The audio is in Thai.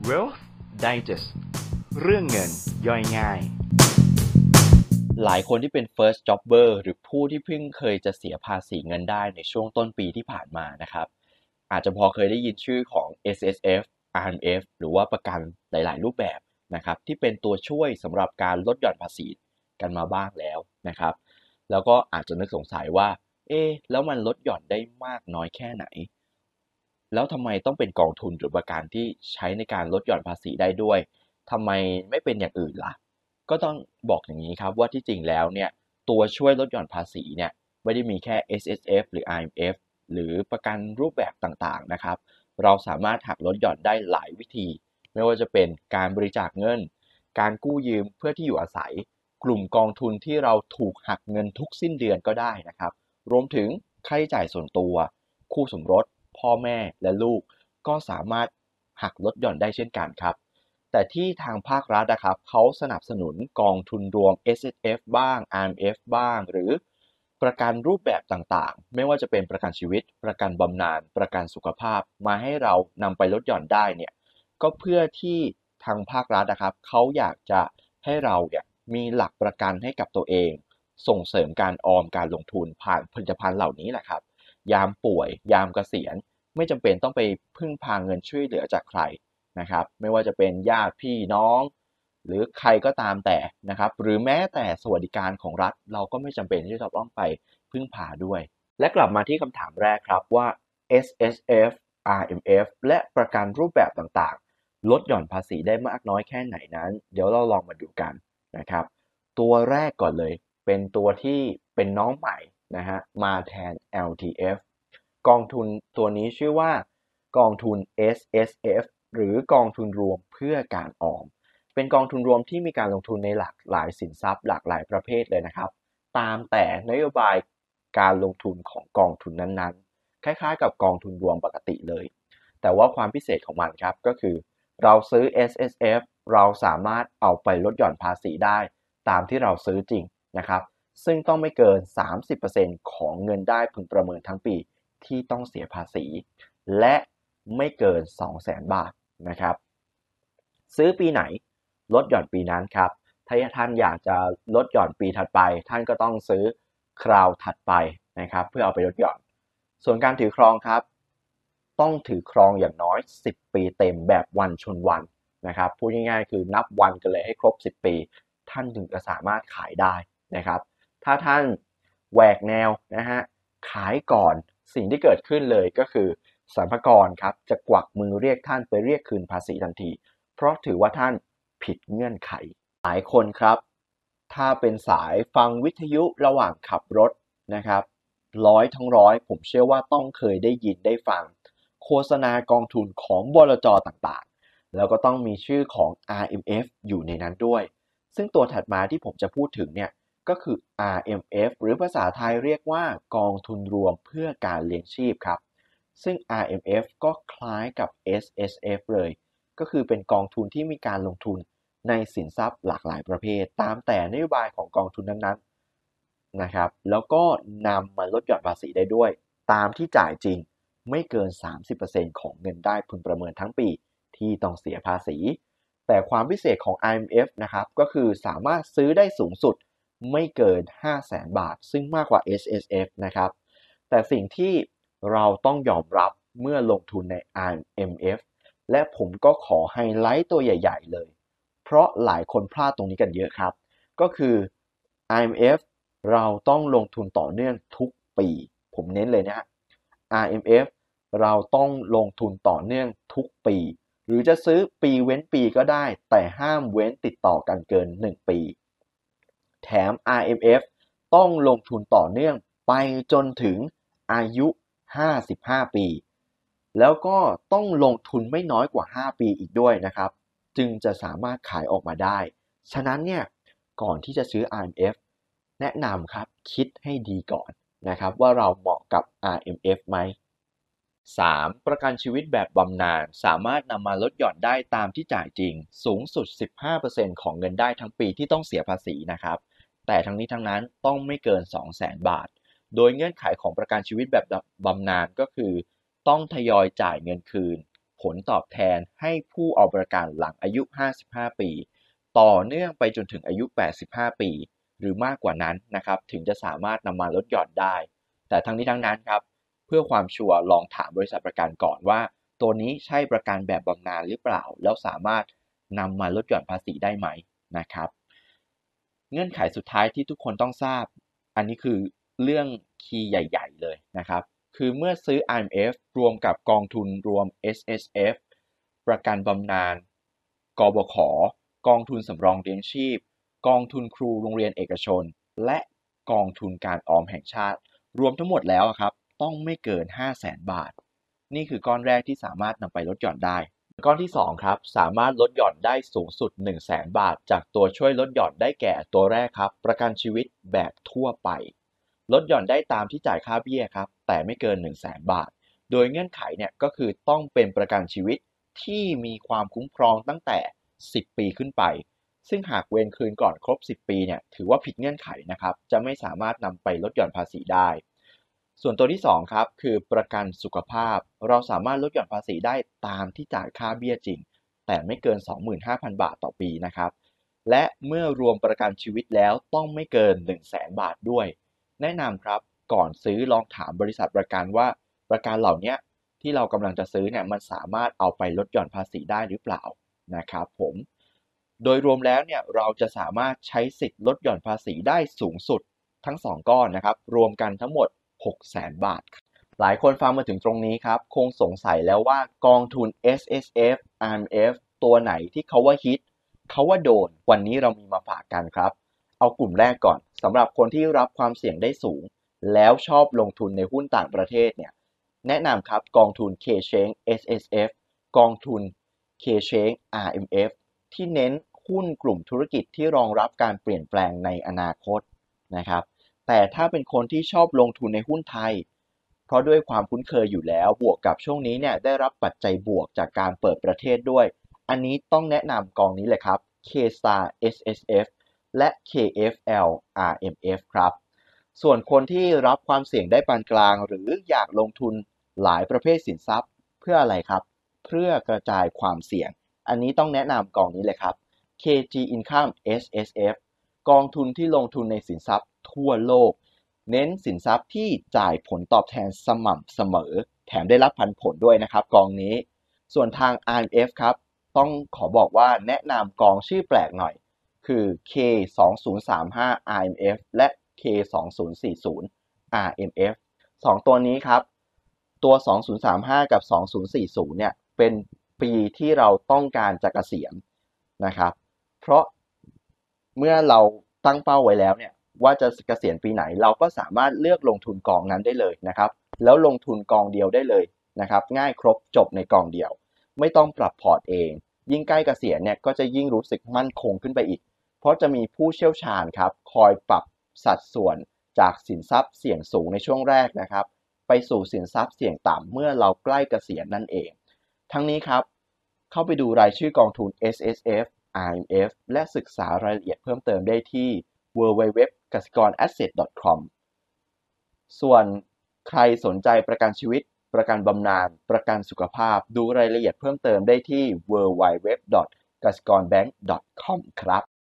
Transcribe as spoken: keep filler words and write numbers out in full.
Wealth Digest เรื่องเงินย่อยง่ายหลายคนที่เป็น first jobber หรือผู้ที่เพิ่งเคยจะเสียภาษีเงินได้ในช่วงต้นปีที่ผ่านมานะครับอาจจะพอเคยได้ยินชื่อของ เอส เอส เอฟ อาร์ เอ็ม เอฟ หรือว่าประกันหลายๆรูปแบบนะครับที่เป็นตัวช่วยสำหรับการลดหย่อนภาษีกันมาบ้างแล้วนะครับแล้วก็อาจจะนึกสงสัยว่าเอ๊ะแล้วมันลดหย่อนได้มากน้อยแค่ไหนแล้วทำไมต้องเป็นกองทุนหรือประกันที่ใช้ในการลดหย่อนภาษีได้ด้วยทำไมไม่เป็นอย่างอื่นล่ะก็ต้องบอกอย่างนี้ครับว่าที่จริงแล้วเนี่ยตัวช่วยลดหย่อนภาษีเนี่ยไม่ได้มีแค่ เอส เอส เอฟ หรือ อาร์ เอ็ม เอฟ หรือประกันรูปแบบต่างๆนะครับเราสามารถหักลดหย่อนได้หลายวิธีไม่ว่าจะเป็นการบริจาคเงินการกู้ยืมเพื่อที่อยู่อาศัยกลุ่มกองทุนที่เราถูกหักเงินทุกสิ้นเดือนก็ได้นะครับรวมถึงค่าใช้จ่ายส่วนตัวคู่สมรสพ่อแม่และลูกก็สามารถหักลดหย่อนได้เช่นกันครับแต่ที่ทางภาครัฐนะครับเขาสนับสนุนกองทุนรวม เอส เอส เอฟ บ้าง อาร์ เอ็ม เอฟ บ้างหรือประกันรูปแบบต่างๆไม่ว่าจะเป็นประกันชีวิตประกันบำนาญประกันสุขภาพมาให้เรานำไปลดหย่อนได้เนี่ยก็เพื่อที่ทางภาครัฐนะครับเขาอยากจะให้เราเนี่ยมีหลักประกันให้กับตัวเองส่งเสริมการออมการลงทุนผ่านผลิตภัณฑ์เหล่านี้แหละครับยามป่วยยามเกษียณไม่จำเป็นต้องไปพึ่งพาเงินช่วยเหลือจากใครนะครับไม่ว่าจะเป็นญาติพี่น้องหรือใครก็ตามแต่นะครับหรือแม้แต่สวัสดิการของรัฐเราก็ไม่จำเป็นที่จะต้องไปพึ่งพาด้วยและกลับมาที่คำถามแรกครับว่า เอส เอส เอฟ อาร์ เอ็ม เอฟ และประกันรูปแบบต่างๆลดหย่อนภาษีได้มากน้อยแค่ไหนนั้นเดี๋ยวเราลองมาดูกันนะครับตัวแรกก่อนเลยเป็นตัวที่เป็นน้องใหม่นะฮะมาแทน แอล ที เอฟ กองทุนตัวนี้ชื่อว่ากองทุน เอส เอส เอฟ หรือกองทุนรวมเพื่อการออมเป็นกองทุนรวมที่มีการลงทุนในหลากหลายสินทรัพย์หลากหลายประเภทเลยนะครับตามแต่นโยบายการลงทุนของกองทุนนั้นๆคล้ายๆกับกองทุนรวมปกติเลยแต่ว่าความพิเศษของมันครับก็คือเราซื้อ เอส เอส เอฟ เราสามารถเอาไปลดหย่อนภาษีได้ตามที่เราซื้อจริงนะครับซึ่งต้องไม่เกิน สามสิบเปอร์เซ็นต์ ของเงินได้พึงประเมินทั้งปีที่ต้องเสียภาษีและไม่เกิน สองแสน บาทนะครับซื้อปีไหนลดหย่อนปีนั้นครับถ้าท่านอยากจะลดหย่อนปีถัดไปท่านก็ต้องซื้อคราวถัดไปนะครับเพื่อเอาไปลดหย่อนส่วนการถือครองครับต้องถือครองอย่างน้อยสิบปีเต็มแบบวันชนวันนะครับพูดง่ายๆคือนับวันกันเลยให้ครบสิบปีท่านถึงจะสามารถขายได้นะครับถ้าท่านแหวกแนวนะฮะขายก่อนสิ่งที่เกิดขึ้นเลยก็คือสรรพากรครับจะกวักมือเรียกท่านไปเรียกคืนภาษีทันทีเพราะถือว่าท่านผิดเงื่อนไขหลายคนครับถ้าเป็นสายฟังวิทยุระหว่างขับรถนะครับร้อยทั้งร้อยผมเชื่อว่าต้องเคยได้ยินได้ฟังโฆษณากองทุนของบลจ.ต่างๆแล้วก็ต้องมีชื่อของ อาร์ เอ็ม เอฟ อยู่ในนั้นด้วยซึ่งตัวถัดมาที่ผมจะพูดถึงเนี่ยก็คือ อาร์ เอ็ม เอฟ หรือภาษาไทยเรียกว่ากองทุนรวมเพื่อการเลี้ยงชีพครับซึ่ง อาร์ เอ็ม เอฟ ก็คล้ายกับ เอส เอส เอฟ เลยก็คือเป็นกองทุนที่มีการลงทุนในสินทรัพย์หลากหลายประเภทตามแต่นโยบายของกองทุนนั้นๆนะครับแล้วก็นำมาลดหย่อนภาษีได้ด้วยตามที่จ่ายจริงไม่เกิน สามสิบเปอร์เซ็นต์ ของเงินได้พึงประเมินทั้งปีที่ต้องเสียภาษีแต่ความพิเศษของ อาร์ เอ็ม เอฟ นะครับก็คือสามารถซื้อได้สูงสุดไม่เกิน ห้าแสน บาทซึ่งมากกว่า เอส เอส เอฟ นะครับแต่สิ่งที่เราต้องยอมรับเมื่อลงทุนใน อาร์ เอ็ม เอฟ และผมก็ขอไฮไลท์ตัวใหญ่ๆเลยเพราะหลายคนพลาดตรงนี้กันเยอะครับก็คือ อาร์ เอ็ม เอฟ เราต้องลงทุนต่อเนื่องทุกปีผมเน้นเลยนะฮะ อาร์ เอ็ม เอฟ เราต้องลงทุนต่อเนื่องทุกปีหรือจะซื้อปีเว้นปีก็ได้แต่ห้ามเว้นติดต่อกันเกินหนึ่งปีแถม อาร์ เอ็ม เอฟ ต้องลงทุนต่อเนื่องไปจนถึงอายุห้าสิบห้าปีแล้วก็ต้องลงทุนไม่น้อยกว่าห้าปีอีกด้วยนะครับจึงจะสามารถขายออกมาได้ฉะนั้นเนี่ยก่อนที่จะซื้อ อาร์ เอ็ม เอฟ แนะนำครับคิดให้ดีก่อนนะครับว่าเราเหมาะกับ อาร์ เอ็ม เอฟ ไหมสามประกันชีวิตแบบบำนาญสามารถนำมาลดหย่อนได้ตามที่จ่ายจริงสูงสุด สิบห้าเปอร์เซ็นต์ ของเงินได้ทั้งปีที่ต้องเสียภาษีนะครับแต่ทั้งนี้ทั้งนั้นต้องไม่เกิน สองแสน บาทโดยเงื่อนไขของประกันชีวิตแบบบำนาญก็คือต้องทยอยจ่ายเงินคืนผลตอบแทนให้ผู้เอาประกันหลังอายุห้าสิบห้าปีต่อเนื่องไปจนถึงอายุแปดสิบห้าปีหรือมากกว่านั้นนะครับถึงจะสามารถนำมาลดหย่อนได้แต่ทั้งนี้ทั้งนั้นครับเพื่อความชัวร์ลองถามบริษัทประกันก่อนว่าตัวนี้ใช่ประกันแบบบำนาญหรือเปล่าแล้วสามารถนำมาลดหย่อนภาษีได้ไหมนะครับเงื่อนไขสุดท้ายที่ทุกคนต้องทราบอันนี้คือเรื่องคีย์ใหญ่ๆเลยนะครับคือเมื่อซื้อ อาร์ เอ็ม เอฟ รวมกับกองทุนรวม เอส เอส เอฟ ประกันบำนาญกบข.กองทุนสำรองเลี้ยงชีพกองทุนครูโรงเรียนเอกชนและกองทุนการออมแห่งชาติรวมทั้งหมดแล้วครับต้องไม่เกิน ห้าแสน บาทนี่คือก้อนแรกที่สามารถนำไปลดหย่อนได้ก้อนที่สองครับสามารถลดหย่อนได้สูงสุด หนึ่งแสน บาทจากตัวช่วยลดหย่อนได้แก่ตัวแรกครับประกันชีวิตแบบทั่วไปลดหย่อนได้ตามที่จ่ายค่าเบี้ยครับแต่ไม่เกิน หนึ่งแสน บาทโดยเงื่อนไขเนี่ยก็คือต้องเป็นประกันชีวิตที่มีความคุ้มครองตั้งแต่สิบปีขึ้นไปซึ่งหากเวรคืนก่อนครบสิบปีเนี่ยถือว่าผิดเงื่อนไขนะครับจะไม่สามารถนำไปลดหย่อนภาษีได้ส่วนตัวที่สองครับคือประกันสุขภาพเราสามารถลดหย่อนภาษีได้ตามที่จ่ายค่าเบี้ยจริงแต่ไม่เกิน สองหมื่นห้าพัน บาทต่อปีนะครับและเมื่อรวมประกันชีวิตแล้วต้องไม่เกิน หนึ่งแสน บาทด้วยแนะนำครับก่อนซื้อลองถามบริษัทประกันว่าประกันเหล่านี้ที่เรากำลังจะซื้อเนี่ยมันสามารถเอาไปลดหย่อนภาษีได้หรือเปล่านะครับผมโดยรวมแล้วเนี่ยเราจะสามารถใช้สิทธิ์ลดหย่อนภาษีได้สูงสุดทั้งสองก้อนนะครับรวมกันทั้งหมด หกแสน บาทหลายคนฟังมาถึงตรงนี้ครับคงสงสัยแล้วว่ากองทุน เอส เอส เอฟ อาร์ เอ็ม เอฟ ตัวไหนที่เขาว่าฮิตเขาว่าโดนวันนี้เรามีมาฝากกันครับเอากลุ่มแรกก่อนสำหรับคนที่รับความเสี่ยงได้สูงแล้วชอบลงทุนในหุ้นต่างประเทศเนี่ยแนะนำครับกองทุน K-Change เอส เอส เอฟ กองทุน K-Change อาร์ เอ็ม เอฟ ที่เน้นหุ้นกลุ่มธุรกิจที่รองรับการเปลี่ยนแปลงในอนาคตนะครับแต่ถ้าเป็นคนที่ชอบลงทุนในหุ้นไทยเพราะด้วยความคุ้นเคยอยู่แล้วบวกกับช่วงนี้เนี่ยได้รับปัจจัยบวกจากการเปิดประเทศด้วยอันนี้ต้องแนะนำกองนี้เลยครับ K-Star เอส เอส เอฟ และ เค เอฟ แอล อาร์ เอ็ม เอฟ ครับส่วนคนที่รับความเสี่ยงได้ปานกลางหรืออยากลงทุนหลายประเภทสินทรัพย์เพื่ออะไรครับเพื่อกระจายความเสี่ยงอันนี้ต้องแนะนำกองนี้เลยครับ เค จี Income เอส เอส เอฟ กองทุนที่ลงทุนในสินทรัพย์ทั่วโลกเน้นสินทรัพย์ที่จ่ายผลตอบแทนสม่ำเสมอแถมได้รับปันผลด้วยนะครับกองนี้ส่วนทาง อาร์ เอ็ม เอฟ ครับต้องขอบอกว่าแนะนำกองชื่อแปลกหน่อยคือ เค สองศูนย์สามห้า อาร์ เอ็ม เอฟ และ เค สองศูนย์สี่ศูนย์ อาร์ เอ็ม เอฟ สองตัวนี้ครับตัวสองศูนย์สามห้ากับสองศูนย์สี่ศูนย์เนี่ยเป็นปีที่เราต้องการจะเกษียณนะครับเพราะเมื่อเราตั้งเป้าไว้แล้วเนี่ยว่าจะเกษียณปีไหนเราก็สามารถเลือกลงทุนกองนั้นได้เลยนะครับแล้วลงทุนกองเดียวได้เลยนะครับง่ายครบจบในกองเดียวไม่ต้องปรับพอร์ตเองยิ่งใกล้เกษียณเนี่ยก็จะยิ่งรู้สึกมั่นคงขึ้นไปอีกเพราะจะมีผู้เชี่ยวชาญครับคอยปรับสัดส่วนจากสินทรัพย์เสี่ยงสูงในช่วงแรกนะครับไปสู่สินทรัพย์เสี่ยงต่ำเมื่อเราใกล้เกษียณนั่นเองทั้งนี้ครับเข้าไปดูรายชื่อกองทุน เอส เอส เอฟ อาร์ เอ็ม เอฟ และศึกษารายละเอียดเพิ่มเติมได้ที่ ดับเบิลยู ดับเบิลยู ดับเบิลยู ดอท กสิกร แอสเซท ดอท คอม ส่วนใครสนใจประกันชีวิตประกันบำนาญประกันสุขภาพดูรายละเอียดเพิ่มเติมได้ที่ ดับเบิลยู ดับเบิลยู ดับเบิลยู ดอท กสิกรแบงก์ ดอท คอม ครับ